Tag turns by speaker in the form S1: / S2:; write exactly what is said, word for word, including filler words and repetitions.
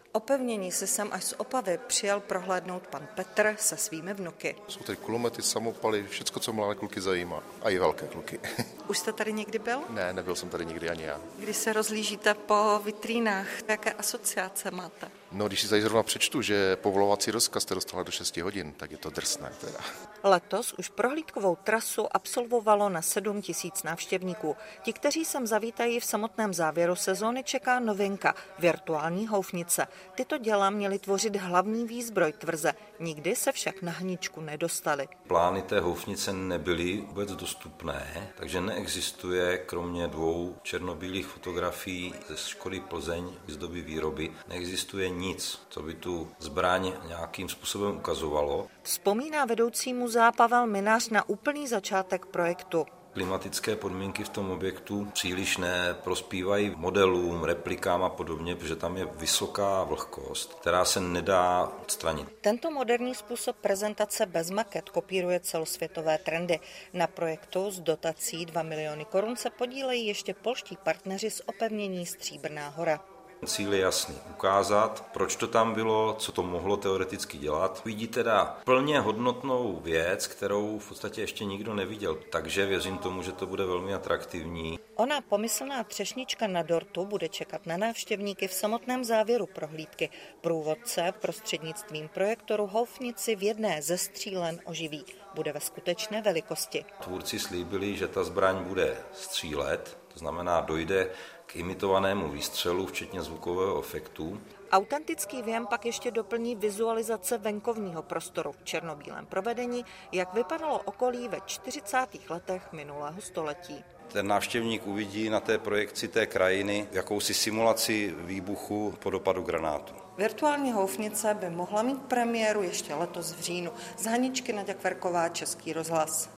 S1: Opevnění si sem až z Opavy přijel prohlédnout pan Petr se svými vnuky.
S2: Jsou tady kulomety, samopaly, všecko, co mladé kluky zajímá. A i velké kluky.
S1: Už jste tady někdy byl?
S2: Ne, nebyl jsem tady nikdy ani já.
S1: Když se rozlížíte po vitrínách, jaké asociace máte?
S2: No, když si tady zrovna přečtu, že povolovací rozkaz jste dostala do šesti hodin, tak je to drsné teda.
S1: Letos už prohlídkovou trasu absolvovalo na sedm tisíc návštěvníků. Ti, kteří sem zavítají v samotném závěru sezóny, čeká novinka – virtuální houfnice. Tyto děla měly tvořit hlavní výzbroj tvrze, nikdy se však na hníčku nedostali.
S3: Plány té houfnice nebyly vůbec dostupné, takže neexistuje kromě dvou černobílých fotografií ze Škody Plzeň z doby výroby, neexistuje nic, co by tu zbraň nějakým způsobem ukazovalo.
S1: Vzpomíná vedoucí muzea Pavel Minář na úplný začátek projektu.
S3: Klimatické podmínky v tom objektu příliš neprospívají modelům, replikám a podobně, protože tam je vysoká vlhkost, která se nedá odstranit.
S1: Tento moderní způsob prezentace bez maket kopíruje celosvětové trendy. Na projektu s dotací dva miliony korun se podílejí ještě polští partneři z opevnění Stříbrná hora.
S3: Cíl je jasný, ukázat, proč to tam bylo, co to mohlo teoreticky dělat. Vidí teda plně hodnotnou věc, kterou v podstatě ještě nikdo neviděl, takže věřím tomu, že to bude velmi atraktivní.
S1: Ona pomyslná třešnička na dortu bude čekat na návštěvníky v samotném závěru prohlídky. Průvodce prostřednictvím projektoru houfnici v jedné ze střílen oživí. Bude ve skutečné velikosti.
S3: Tvůrci slíbili, že ta zbraň bude střílet, to znamená dojde k imitovanému výstřelu, včetně zvukového efektu.
S1: Autentický věm pak ještě doplní vizualizace venkovního prostoru v černobílém provedení, jak vypadalo okolí ve čtyřicátých letech minulého století.
S3: Ten návštěvník uvidí na té projekci té krajiny jakousi simulaci výbuchu po dopadu granátu.
S1: Virtuální houfnice by mohla mít premiéru ještě letos v říjnu. Z Haničky Naďa Kverková, Český rozhlas.